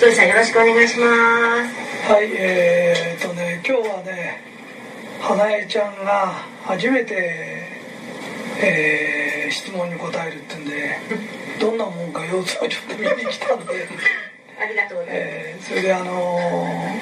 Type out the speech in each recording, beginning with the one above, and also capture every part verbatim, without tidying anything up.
ひとりさんよろしくお願いします。 はい、えー、っとね今日はね花江ちゃんが初めて、えー、質問に答えるってんでどんなもんか様子をちょっと見に来たんでありがとうございます、 えー、それであのー、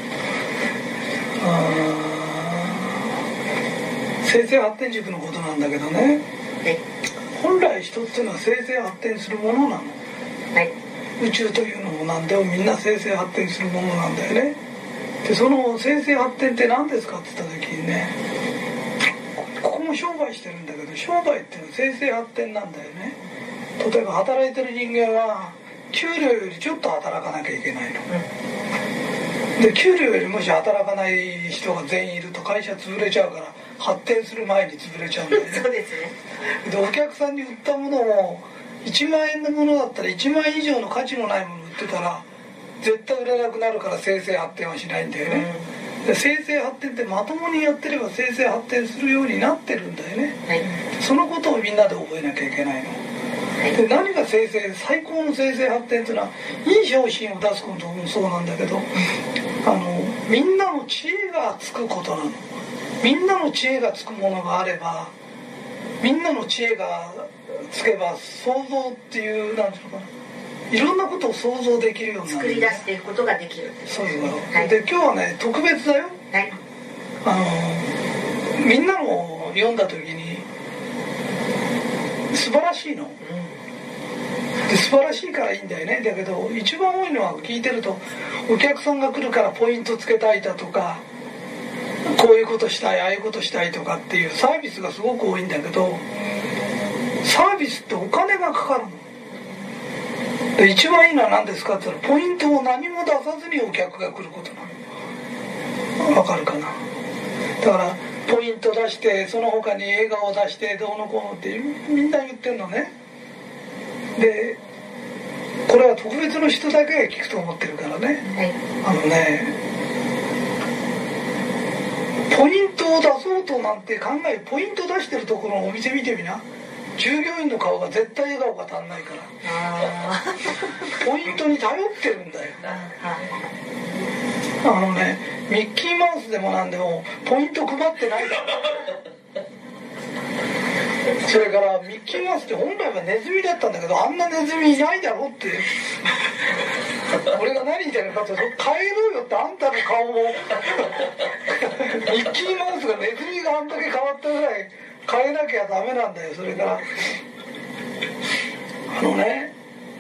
生成発展塾のことなんだけどね、 はい、 本来人っていうのは生成発展するものなの、はい、宇宙というのも何でもみんな生成発展するものなんだよね。でその生成発展って何ですかって言った時にね、ここも商売してるんだけど、商売っていうのは生成発展なんだよね。例えば働いてる人間は給料よりちょっと働かなきゃいけないの、うん、で給料よりもし働かない人が全員いると会社潰れちゃうから、発展する前に潰れちゃうんだよねそうですね。 でお客さんに売ったものもいちまんえんのものだったらいちまんえん以上の価値のないものを売ってたら絶対売れなくなるから生成発展はしないんだよね、うん、で生成発展ってまともにやってれば生成発展するようになってるんだよね、はい、そのことをみんなで覚えなきゃいけないの、はい、で何が生成、最高の生成発展っていうのはいい商品を出すこともそうなんだけど、あのみんなの知恵がつくことなの。みんなの知恵がつくものがあれば、みんなの知恵がつけば想像っていうなんていうのかな、いろんなことを想像できるようになる、 作り出していくことができる。 そうだろう、はい、で今日はね特別だよ、はい、あのみんなも読んだ時に素晴らしいの、うん、で素晴らしいからいいんだよね。だけど一番多いのは聞いてると、お客さんが来るからポイントつけたいだとか、こういうことしたいああいうことしたいとかっていうサービスがすごく多いんだけど、サービスってお金がかかるので、一番いいのは何ですかって言ったら、ポイントを何も出さずにお客が来ることなの。わかるかな。だからポイント出して、その他に笑顔出してどうのこうのってみんな言ってるのね。でこれは特別の人だけが聞くと思ってるからね、はい、あのねポイントを出そうとなんて考え、ポイント出してるところのお店見てみな、従業員の顔が絶対笑顔が足んないからあポイントに頼ってるんだよ。あのねミッキーマウスでもなんでもポイント配ってないだろそれからミッキーマウスって本来はネズミだったんだけど、あんなネズミいないだろって俺が何言ってるのかって、変えろよって、あんたの顔もミッキーマウスがネズミがあんだけ変わったぐらい変えなきゃダメなんだよ。それからあのね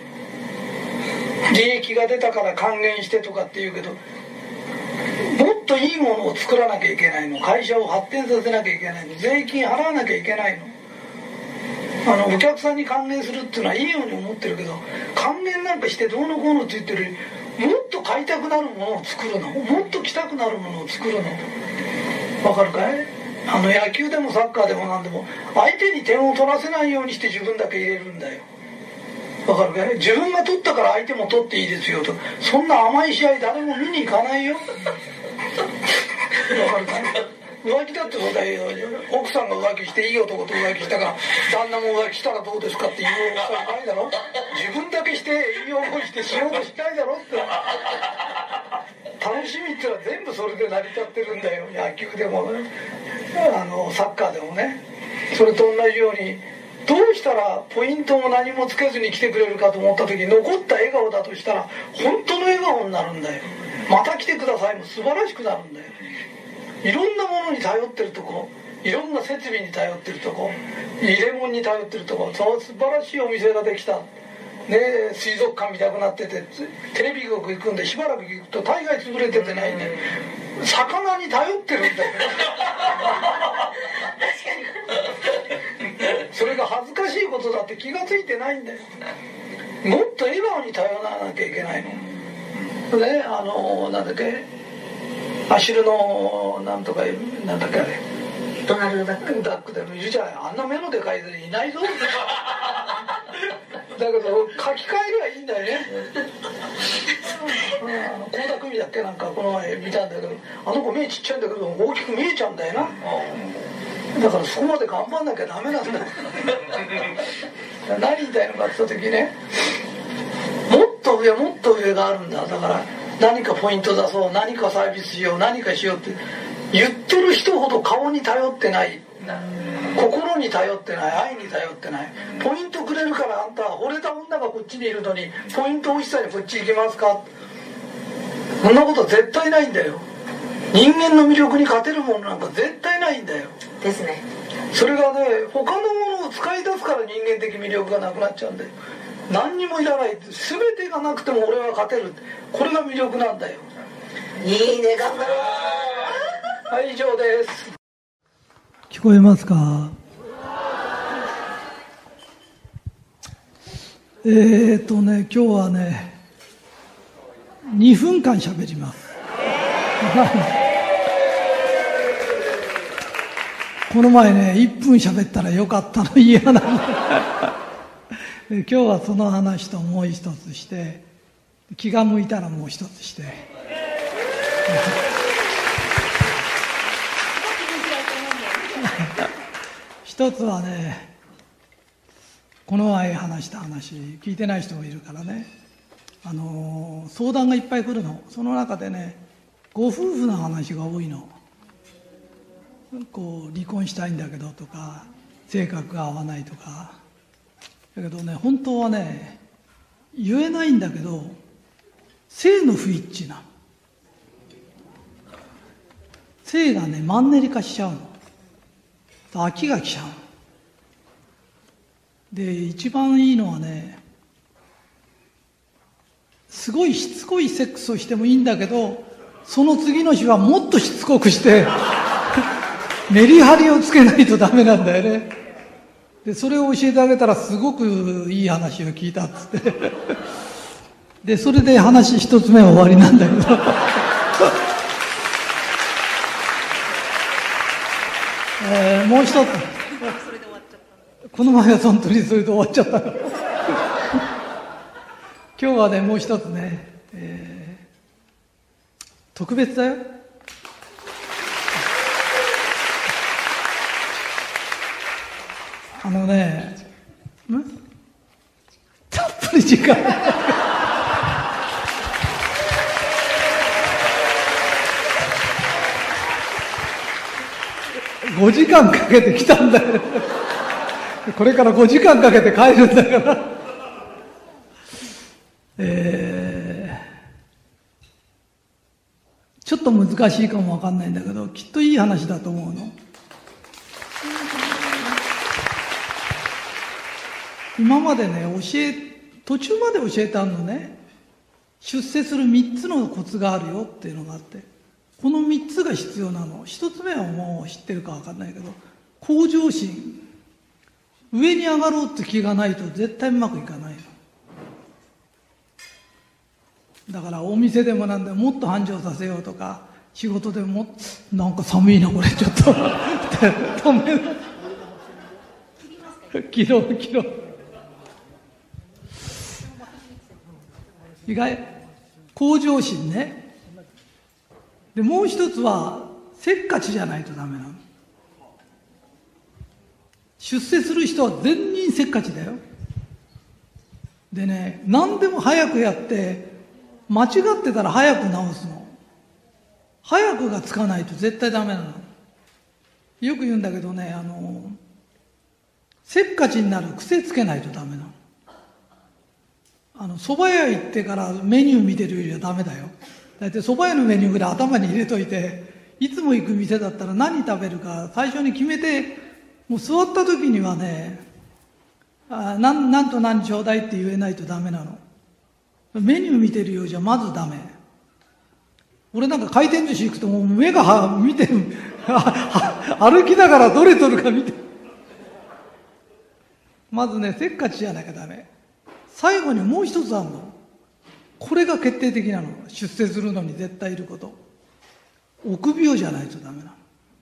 利益が出たから還元してとかって言うけど、もっといいものを作らなきゃいけないの。会社を発展させなきゃいけないの。税金払わなきゃいけないの。あのお客さんに還元するっていうのはいいように思ってるけど、還元なんかしてどうのこうのって言ってるより、もっと買いたくなるものを作るの、もっと来たくなるものを作るの。わかるかい？あの野球でもサッカーでも何でも、相手に点を取らせないようにして自分だけ入れるんだよ。わかるかい？自分が取ったから相手も取っていいですよと、そんな甘い試合誰も見に行かないよ。わかるかい？浮気だってそうだよ。奥さんが浮気して、いい男と浮気したから旦那も浮気したらどうですかって言う奥さんないだろ。自分だけしていい思いしてしようとしないだろって。楽しみってのは全部それで成り立ってるんだよ。野球でもね、あのサッカーでもね。それと同じように、どうしたらポイントも何もつけずに来てくれるかと思った時に、残った笑顔だとしたら本当の笑顔になるんだよ。また来てくださいも素晴らしくなるんだよ。いろんなものに頼ってるとこ、いろんな設備に頼ってるとこ、入れ物に頼ってるとこ、その素晴らしいお店ができた、ね、水族館見たくなってて、テレビ局行くんでしばらく行くと大概潰れててないんで、魚に頼ってるんだよそれが恥ずかしいことだって気がついてないんだよ。もっと笑顔に頼らなきゃいけないので、あのなんだっけ、アシルのなんとかなんだっけあれ、 ドナルドダックダックでもいるじゃない。あんな目のでかいでいないぞだけど書き換えりゃいいんだよね倖田來未だっけなんかこの前見たんだけど、あの子目ちっちゃいんだけど大きく見えちゃうんだよな。だからそこまで頑張んなきゃダメなんだ何言いたいのかって言った時ね、もっと上もっと上があるんだ。だから何かポイント出そう、何かサービスしよう、何かしようって言ってる人ほど顔に頼ってない、心に頼ってない、愛に頼ってない。ポイントくれるからあんた惚れた女がこっちにいるのにポイント欲しさにこっち行きますか。そんなこと絶対ないんだよ。人間の魅力に勝てるものなんか絶対ないんだよ。 ですね。 それがね、他のものを使い出すから人間的魅力がなくなっちゃうんだよ。何にもいらない、全てがなくても俺は勝てる、これが魅力なんだよ。 いいね、頑張ろう。 はい、以上です。 聞こえますか。えーとね、今日はねにふんかんしゃべります。この前ねいっぷんしゃべったらよかったの嫌なんで今日はその話ともう一つして、気が向いたらもう一つして一つはね、この前話した話聞いてない人もいるからね、あの相談がいっぱい来るの。その中でね、ご夫婦の話が多いの。こう離婚したいんだけどとか、性格が合わないとか。だけどね、本当はね言えないんだけど、性の不一致なの。性がねマンネリ化しちゃうの。飽きが来ちゃう。で一番いいのはね、すごいしつこいセックスをしてもいいんだけど、その次の日はもっとしつこくしてメリハリをつけないとダメなんだよね。でそれを教えてあげたらすごくいい話を聞いたっつってでそれで話一つ目は終わりなんだけどえー、もう一つ、この前は本当にそれで終わっちゃった今日はねもう一つね、えー、特別だよ。あのね、んたっぷり時間ごじかんかけて来たんだよこれからごじかんかけて帰るんだからえー、ちょっと難しいかもわかんないんだけど、きっといい話だと思うの。今までね教え途中まで教えたのね、出世するみっつのコツがあるよっていうのがあって、このみっつが必要なの。ひとつめはもう知ってるかわかんないけど、向上心。上に上がろうって気がないと絶対うまくいかないの。だからお店でもなんでもっと繁盛させようとか、仕事でもなんか寒いなこれちょっと止める切ろう切ろう意外向上心ね。でもう一つはせっかちじゃないとダメなの。出世する人は全人せっかちだよ。でね、何でも早くやって間違ってたら早く直すの。早くがつかないと絶対ダメなの。よく言うんだけどね、あのせっかちになる癖つけないとダメなの。あの蕎麦屋行ってからメニュー見てるよりはダメだよ。だいたい蕎麦屋のメニューぐらい頭に入れといて、いつも行く店だったら何食べるか最初に決めて、もう座った時にはね、あなんなんと何ちょうだいって言えないとダメなの。メニュー見てるようじゃまずダメ。俺なんか回転寿司行くともう目がは見てる歩きながらどれ取るか見て、まずねせっかちじゃなきゃダメ。最後にもう一つあるの。これが決定的なの。出世するのに絶対いること、臆病じゃないとダメな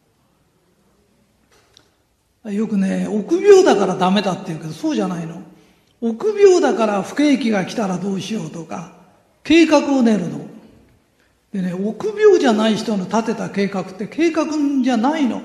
の。よくね臆病だからダメだって言うけど、そうじゃないの。臆病だから不景気が来たらどうしようとか計画を練るのでね、臆病じゃない人の立てた計画って計画じゃないの。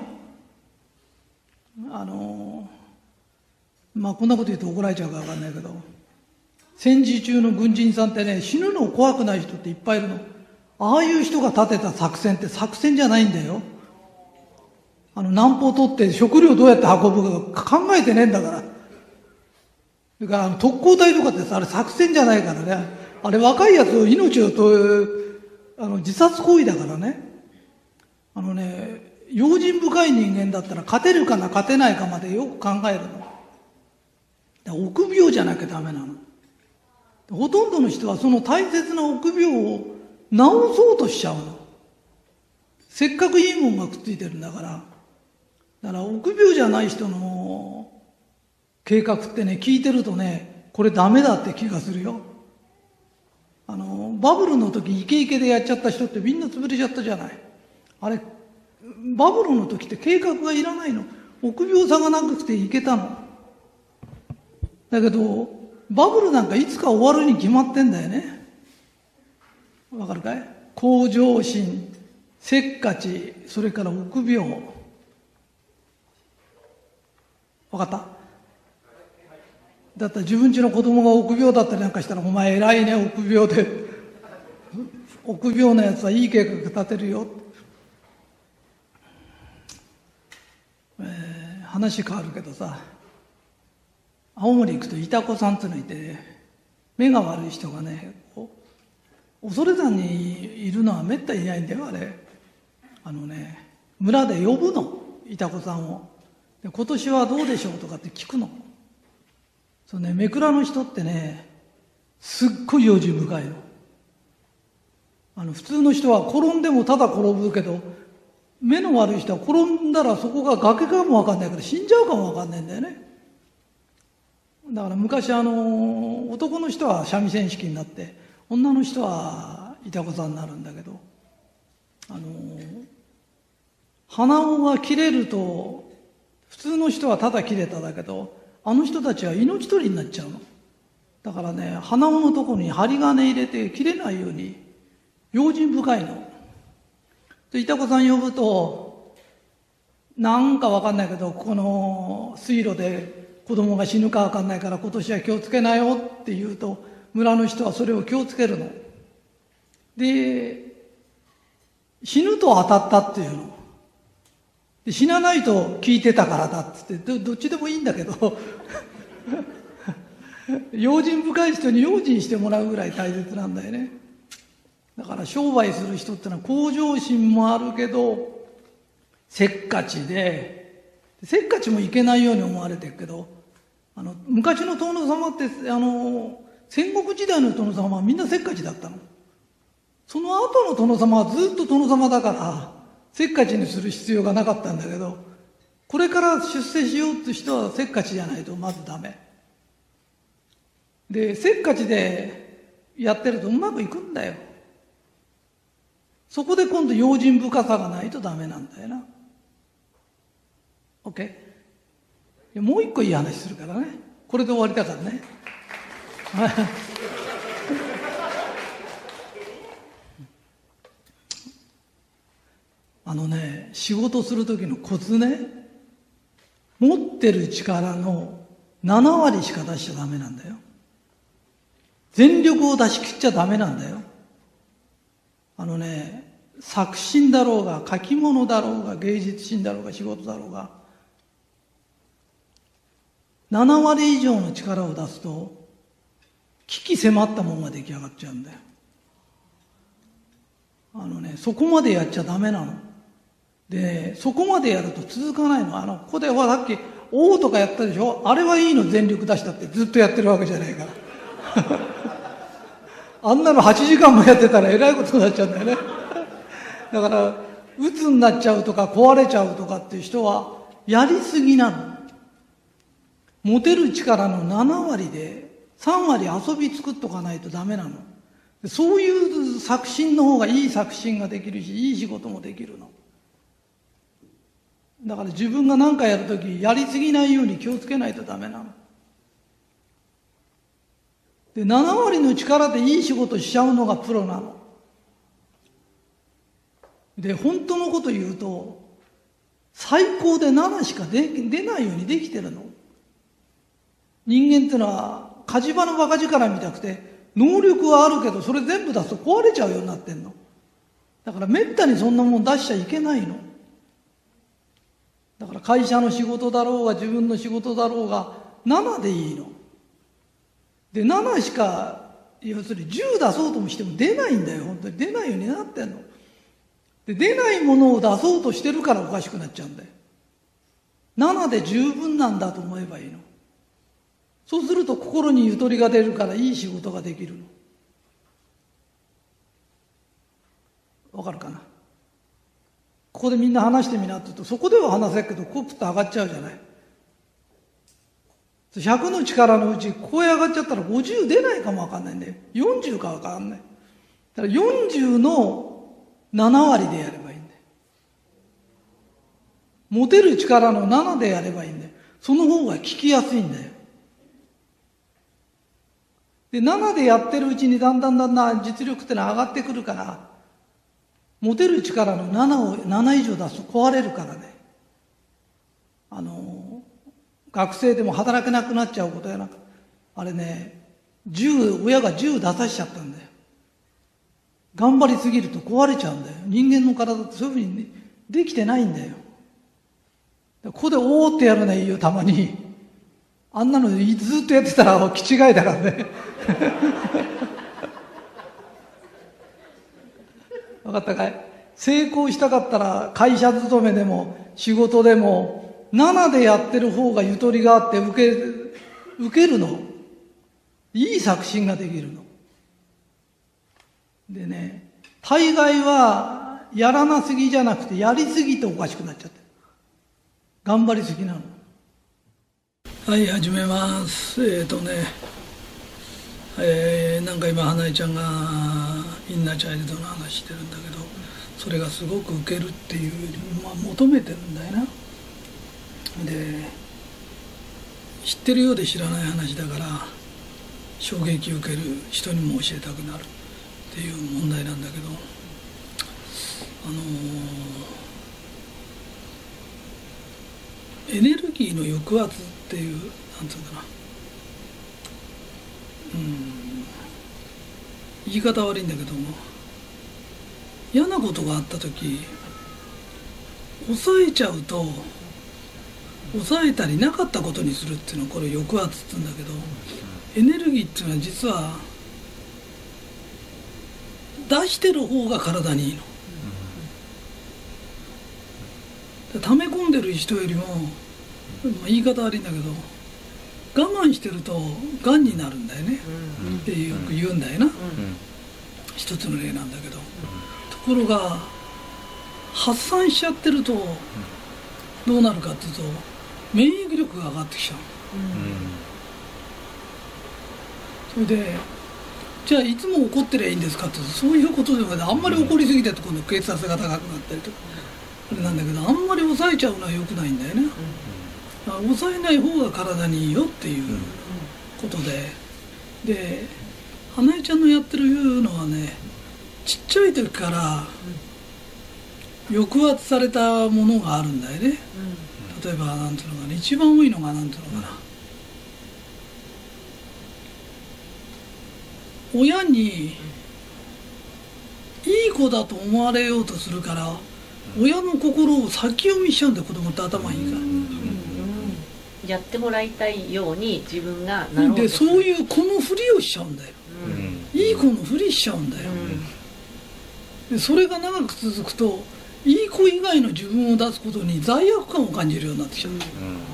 あのまあこんなこと言うと怒られちゃうか分かんないけど、 戦時中の軍人さんってね、死ぬの怖くない人っていっぱいいるの。ああいう人が立てた作戦って作戦じゃないんだよ。あの南方取って食料どうやって運ぶか考えてねえんだから。それからあの特攻隊とかってさ、あれ作戦じゃないからね。あれ若いやつを命をとあの自殺行為だからね。あのね、用心深い人間だったら勝てるかな勝てないかまでよく考えるの。だから臆病じゃなきゃダメなの。ほとんどの人はその大切な臆病を治そうとしちゃうの。せっかくいいもんがくっついてるんだから。だから臆病じゃない人の計画ってね、聞いてるとね、これダメだって気がするよ。あのバブルの時イケイケでやっちゃった人ってみんな潰れちゃったじゃない。あれバブルの時って計画がいらないの。臆病さがなくていけたの。だけどバブルなんかいつか終わるに決まってんだよね。わかるかい？向上心、せっかち、それから臆病。わかった？だったら自分家の子供が臆病だったりなんかしたら、お前偉いね、臆病で。臆病なやつはいい計画立てるよ。えー、話変わるけどさ、青森行くとイタコさんっていうのいて、目が悪い人がね、恐山にいるのはめったにいないんだよ、あれ。あのね、村で呼ぶの、イタコさんを。で今年はどうでしょうとかって聞くの。そうね、目倉の人ってね、すっごい用心深いの。あの普通の人は転んでもただ転ぶけど、目の悪い人は転んだらそこが崖かもわかんないから死んじゃうかもわかんないんだよね。だから昔あの男の人は三味線式になって女の人はイタコさんになるんだけど、あの鼻緒が切れると普通の人はただ切れただけど、あの人たちは命取りになっちゃうの。だからね、鼻緒のところに針金入れて切れないように用心深いの。でイタコさん呼ぶと、なんかわかんないけど、この水路で子供が死ぬかわかんないから今年は気をつけなよって言うと、村の人はそれを気をつけるの。で、死ぬと当たったっていうの。で死なないと聞いてたからだっつって、ど, どっちでもいいんだけど、用心深い人に用心してもらうぐらい大切なんだよね。だから商売する人ってのは向上心もあるけど、せっかちで、せっかちもいけないように思われてるけど、あの昔の殿様ってあの戦国時代の殿様はみんなせっかちだったの。その後の殿様はずっと殿様だからせっかちにする必要がなかったんだけど、これから出世しようって人はせっかちじゃないとまずダメで、せっかちでやってるとうまくいくんだよ。そこで今度用心深さがないとダメなんだよな。 OK？ もう一個いい話するからね。これで終わりだからね。あのね、仕事する時のコツね、持ってる力のななわりしか出しちゃダメなんだよ。全力を出し切っちゃダメなんだよ。あのね、作品だろうが書き物だろうが芸術品だろうが仕事だろうが、ななわり以上の力を出すと危機迫ったものが出来上がっちゃうんだよ。あのね、そこまでやっちゃダメなの。で、そこまでやると続かないの。あの、ここでほらさっき、おーとかやったでしょ？あれはいいの、全力出したってずっとやってるわけじゃないから。あんなのはちじかんもやってたらえらいことになっちゃうんだよね。だから、鬱になっちゃうとか壊れちゃうとかっていう人は、やりすぎなの。持てる力のななわりで、さんわり遊び作っとかないとダメなの。そういう作品の方がいい作品ができるし、いい仕事もできるの。だから自分が何かやるとき、やりすぎないように気をつけないとダメなの。で、ななわりの力でいい仕事しちゃうのがプロなの。で、本当のこと言うと、最高でななしか出ないようにできてるの。人間っていうのは、 火事場のバカ力みたくて、能力はあるけどそれ全部出すと壊れちゃうようになってんの。だからめったにそんなもん出しちゃいけないの。だから会社の仕事だろうが自分の仕事だろうがななでいいの。でななしか、要するにじゅう出そうともしても出ないんだよ。本当に出ないようになってんの。で出ないものを出そうとしてるからおかしくなっちゃうんだよ。ななで十分なんだと思えばいいの。そうすると心にゆとりが出るからいい仕事ができるの。わかるかな。ここでみんな話してみなって言うと、そこでは話せるけどこうプッと上がっちゃうじゃない。ひゃくの力のうちここへ上がっちゃったらごじゅう出ないかもわかんないんで、よんじゅうかわかんない。だからよんじゅうのなな割でやればいいんだよ。持てる力のななでやればいいんだよ。その方が聞きやすいんだよ。でななでやってるうちにだんだんだんだん実力ってのは上がってくるから、持てる力のななをなな以上出すと壊れるからね。あの学生でも働けなくなっちゃうことやな。あれね、じゅう親がじゅう出さしちゃったんだよ。頑張りすぎると壊れちゃうんだよ。人間の体ってそういうふうに、ね、できてないんだよ。ここでおーってやるのはいいよ、たまに。あんなのずっとやってたら気違いだからね。分かったかい？成功したかったら会社勤めでも仕事でもななでやってる方がゆとりがあって受け、受けるの。いい作品ができるの。でね、大概はやらなすぎじゃなくてやりすぎておかしくなっちゃってる。頑張りすぎなの。はい、始めます。えっ、ー、とね、えー、なんか今花江ちゃんがインナーチャイルドの話してるんだけど、それがすごくウケるっていう、まあ、求めてるんだよな。で、知ってるようで知らない話だから衝撃を受ける、人にも教えたくなるっていう問題なんだけど、あのー、エネルギーの抑圧っていう、なんつうかな、うん、言い方悪いんだけども、嫌なことがあった時抑えちゃうと、抑えたりなかったことにするっていうのはこれ抑圧って言うんだけど、エネルギーっていうのは実は出してる方が体にいいの。溜め込んでる人よりも、言い方悪いんだけど、我慢してるとがんになるんだよね、うん、ってよく言うんだよな、うん、一つの例なんだけど、うん、ところが発散しちゃってるとどうなるかっていうと免疫力が上がってきちゃう、うん、それでじゃあいつも怒ってりゃいいんですかっていうと、そういうことではない。あんまり怒りすぎてると今度血圧が高くなったりとか、あれなんだけど、あんまり抑えちゃうのは良くないんだよね、うん、抑えない方が体にいいよっていうことで、で花江ちゃんのやってるのはね、ちっちゃい時から抑圧されたものがあるんだよね、うん、例えばなんていうのかな、一番多いのがなんていうのかな、親にいい子だと思われようとするから、親の心を先読みしちゃうんだよ、子供って頭いいから、うんうん、 やってもらいたいように自分がなろうとする。 でそういう子のふりをしちゃうんだよ、うん、いい子のふりしちゃうんだよ、うん、でそれが長く続くといい子以外の自分を出すことに罪悪感を感じるようになってきちゃうんだよ、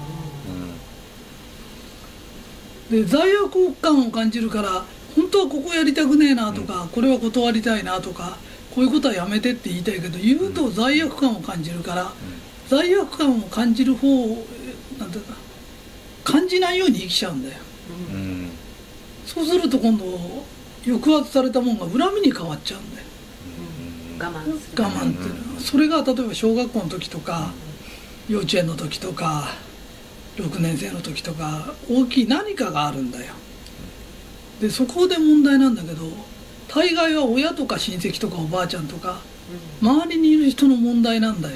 うんうん、で罪悪感を感じるから本当はここやりたくねえなとか、うん、これは断りたいなとか、こういうことはやめてって言いたいけど、言うと罪悪感を感じるから、うん、罪悪感を感じる方をなんていうか感じないように生きちゃうんだよ、うん、そうすると今度抑圧されたものが恨みに変わっちゃうんだよ、 うん、我慢する我慢っていうのは、それが例えば小学校の時とか幼稚園の時とかろくねん生の時とか大きい何かがあるんだよ。でそこで問題なんだけど、大概は親とか親戚とかおばあちゃんとか、うん、周りにいる人の問題なんだよ。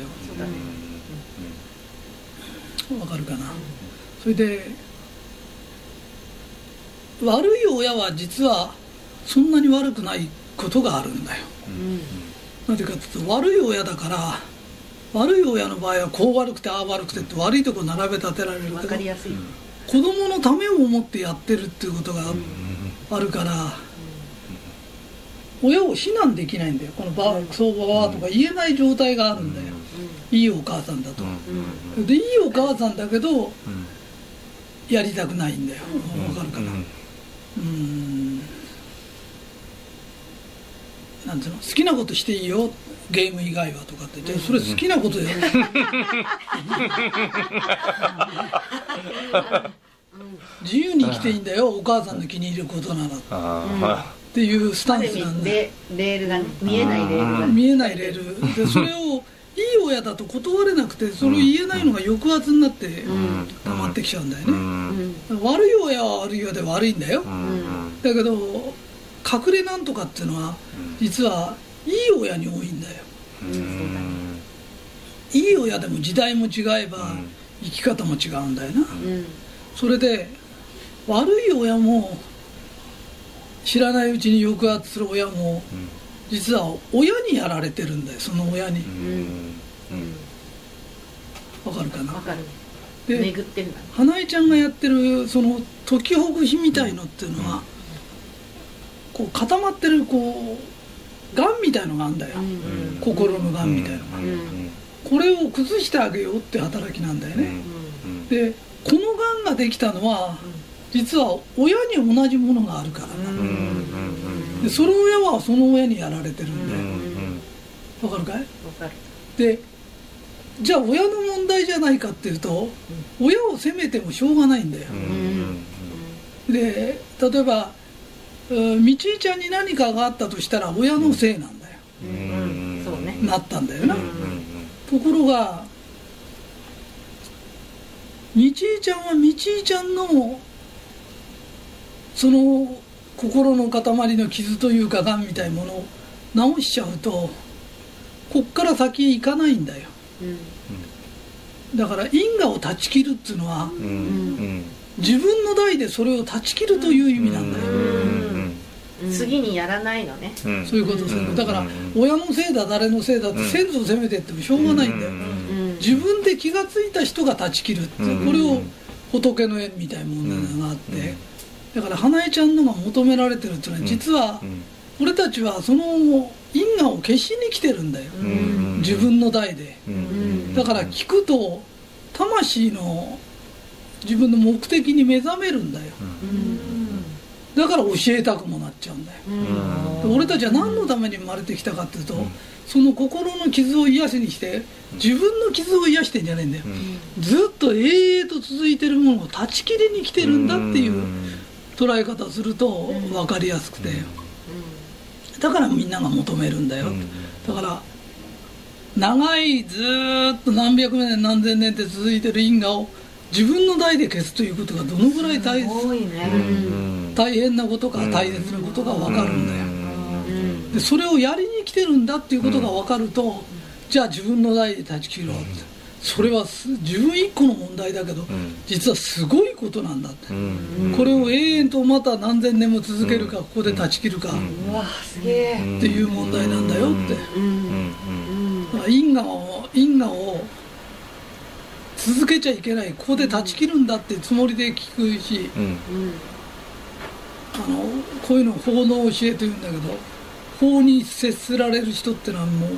わかるかな、うん、それで悪い親は実はそんなに悪くないことがあるんだよ、うん、なぜかというと悪い親だから悪い親の場合はこう悪くてああ悪くてって悪いとこ並べ立てられるけど、分かりやすい、子供のためを思ってやってるっていうことがあるから、親を非難できないんだよ。このバークソーバーとか言えない状態があるんだよ、いいお母さんだと。でいいお母さんだけどやりたくないんだよ。わかるかな。うーん、なんていうの、好きなことしていいよゲーム以外はとかって言って、それ好きなことやる自由に生きていいんだよ、お母さんの気に入ることならっていうスタンスなんだ。 レールが、ね、見えないレールが、 見えないレールで、それをいい親だと断れなくて、それを言えないのが抑圧になって溜まってきちゃうんだよね、うん、悪い親は悪い親で悪いんだよ、うん、だけど隠れなんとかっていうのは実はいい親に多いんだよ、うん、いい親でも時代も違えば生き方も違うんだよな、うん、それで悪い親も知らないうちに抑圧する親も実は親にやられてるんだよ、その親に。わかるかな。 わかる。 で、 巡ってるんだ。 花江ちゃんがやってるその解きほぐしみたいのっていうのは、こう固まってるこうがんみたいのがあるんだよ、心のがんみたいのが。これを崩してあげようって働きなんだよね。でこのがんができたのは実は親に同じものがあるからな。でその親はその親にやられてるんだよ。わかるかい？わかる。でじゃあ親の問題じゃないかっていうと、親を責めてもしょうがないんだよ。で例えばみちいちゃんに何かがあったとしたら親のせいなんだよ、そうね、なったんだよな。ところがみちいちゃんはみちいちゃんのその心の塊の傷というかがんみたいなものを治しちゃうとこっから先へ行かないんだよ、うん、だから因果を断ち切るっていうのは、うん、自分の代でそれを断ち切るという意味なんだよ、うんうん、次にやらないのね、うん、 そういうことする。だから親のせいだ誰のせいだって先祖を責めてってもしょうがないんだよ、うん、自分で気がついた人が断ち切るって、うん、これを仏の縁みたいなものがあって、うん、だから花江ちゃんのが求められてるっていうのは実は俺たちはその因果を消しに来てるんだよ、うん、自分の代で、うん、だから聞くと魂の自分の目的に目覚めるんだよ、うん、だから教えたくもなっちゃうんだよ、うん、俺たちは何のために生まれてきたかっていうと、うん、その心の傷を癒しにして自分の傷を癒してんじゃないんだよ、うん、ずっと永遠と続いてるものを断ち切りに来てるんだっていう捉え方をすると分かりやすくて、だからみんなが求めるんだよ、うん、だから長いずーっと何百年何千年って続いてる因果を自分の代で消すということがどのぐらい 大,、ね、大変なことか大切なことが分かるんだよ、うん、でそれをやりに来てるんだっていうことが分かると、うん、じゃあ自分の代で断ち切ろうって、それは自分一個の問題だけど、うん、実はすごいことなんだって、うん、これを永遠とまた何千年も続けるか、うん、ここで断ち切るか、うん、うわすげえっていう問題なんだよって、うん、だから因果を因果を続けちゃいけない、ここで断ち切るんだってつもりで聞くし、うん、あのこういうのを法の教えというんだけど、法に接すられる人ってのはもう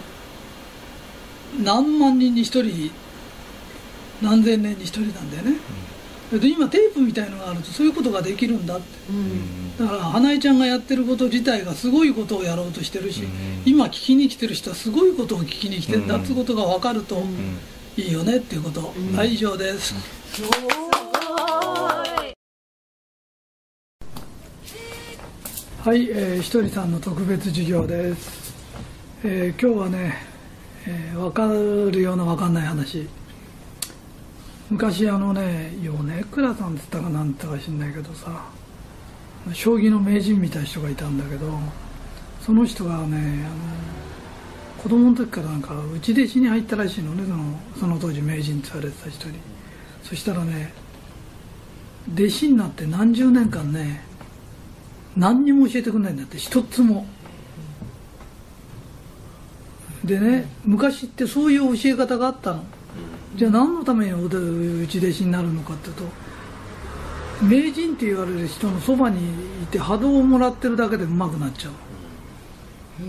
何万人に一人何千年に一人なんだよね、うん、で今テープみたいのがあるとそういうことができるんだって、うん、だから花江ちゃんがやってること自体がすごいことをやろうとしてるし、うん、今聞きに来てる人はすごいことを聞きに来てるんだってことが分かるといいよねっていうこと、うん、はい、以上です、うん、はい、えー、ひとりさんの特別授業です、えー、今日はね、えー、分かるような分かんない話。昔あのね、米倉さんって言ったかなんて言ったか知んないけどさ、将棋の名人みたいな人がいたんだけど、その人がね、あの子供の時からなんか内弟子に入ったらしいのね、その、その当時名人って言われてた人に。そしたらね、弟子になって何十年間ね、 何にも教えてくれないんだって、一つも。でね、昔ってそういう教え方があったの。じゃあ何のために内弟子になるのかっていうと、名人って言われる人のそばにいて波動をもらってるだけで上手くなっちゃう。うー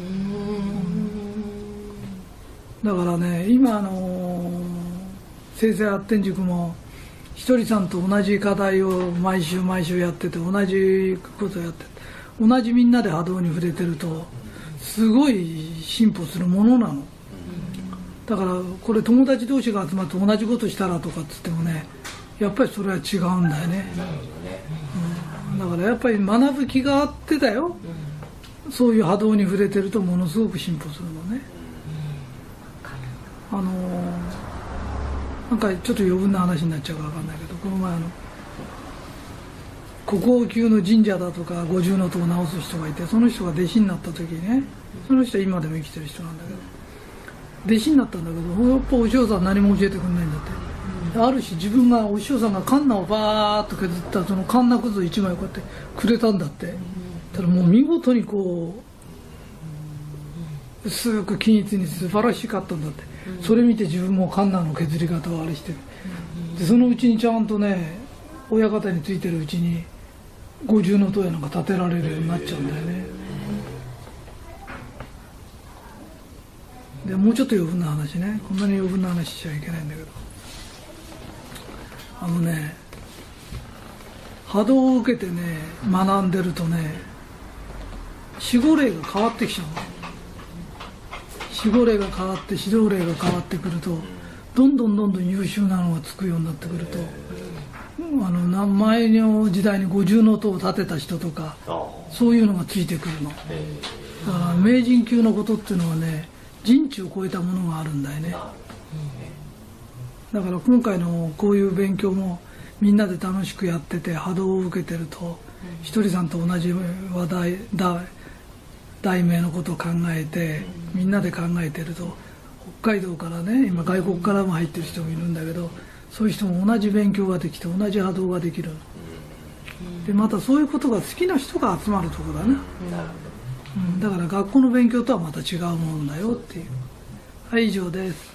ん、だからね、今あの生成発展塾もひとりさんと同じ課題を毎週毎週やってて、同じことやってて、同じみんなで波動に触れてるとすごい進歩するものなの。だからこれ友達同士が集まって同じことしたらとかっつってもね、やっぱりそれは違うんだよね、うん、だからやっぱり学ぶ気があってだよ、そういう波動に触れてるとものすごく進歩するのね。あのー、なんかちょっと余分な話になっちゃうか分かんないけど、この前あの国宝級の神社だとか五重塔を直す人がいて、その人が弟子になった時にね、その人は今でも生きてる人なんだけど、弟子になったんだけど、やっぱお師匠さん何も教えてくれないんだって、うん、ある日自分がお師匠さんがカンナをバーッと削ったそのカンナくずいちまいこうやってくれたんだって、うん、ただもう見事にこう薄く均一に素晴らしかったんだって、うん、それ見て自分もカンナの削り方をあれして、うん、でそのうちにちゃんとね、親方についてるうちに五重塔やなんか建てられるようになっちゃうんだよね。でもうちょっと余分な話ね、こんなに余分な話しちゃいけないんだけど、あのね、波動を受けてね学んでるとね、守護霊が変わってきちゃうの。守護霊が変わって指導霊が変わってくると、どんどんどんどん優秀なのがつくようになってくると、あの前の時代に五重塔を建てた人とか、そういうのがついてくるの。だから名人級のことっていうのはね、人知を超えたものがあるんだよね。だから今回のこういう勉強もみんなで楽しくやってて波動を受けてると、ひとりさんと同じ話題だ題名のことを考えてみんなで考えてると、北海道からね、今外国からも入ってる人もいるんだけど、そういう人も同じ勉強ができて同じ波動ができる。でまたそういうことが好きな人が集まるところだな。うん、だから学校の勉強とはまた違うものだよっていう。はい、以上です。